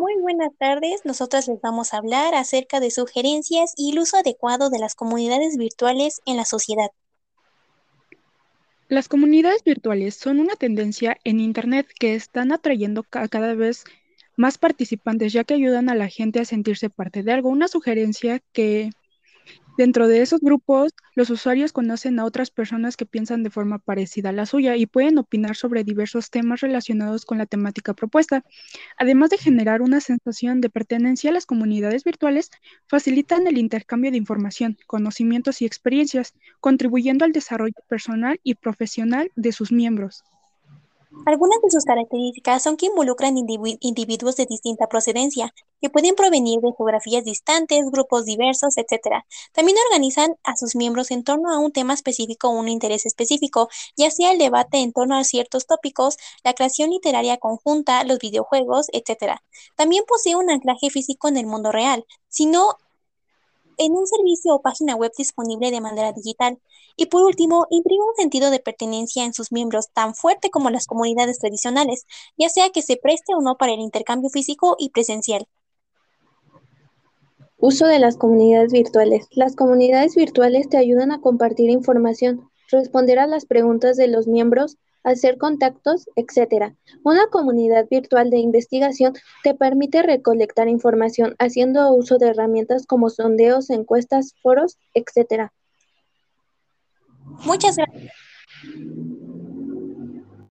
Muy buenas tardes. Nosotras les vamos a hablar acerca de sugerencias y el uso adecuado de las comunidades virtuales en la sociedad. Las comunidades virtuales son una tendencia en Internet que están atrayendo cada vez más participantes, ya que ayudan a la gente a sentirse parte de algo. Una sugerencia que dentro de esos grupos, los usuarios conocen a otras personas que piensan de forma parecida a la suya y pueden opinar sobre diversos temas relacionados con la temática propuesta. Además de generar una sensación de pertenencia, las comunidades virtuales facilitan el intercambio de información, conocimientos y experiencias, contribuyendo al desarrollo personal y profesional de sus miembros. Algunas de sus características son que involucran individuos de distinta procedencia, que pueden provenir de geografías distantes, grupos diversos, etc. También organizan a sus miembros en torno a un tema específico o un interés específico, ya sea el debate en torno a ciertos tópicos, la creación literaria conjunta, los videojuegos, etc. También posee un anclaje físico en el mundo real, sino en un servicio o página web disponible de manera digital. Y por último, imprime un sentido de pertenencia en sus miembros tan fuerte como las comunidades tradicionales, ya sea que se preste o no para el intercambio físico y presencial. Uso de las comunidades virtuales. Las comunidades virtuales te ayudan a compartir información, responder a las preguntas de los miembros, hacer contactos, etc. Una comunidad virtual de investigación te permite recolectar información haciendo uso de herramientas como sondeos, encuestas, foros, etc. Muchas gracias.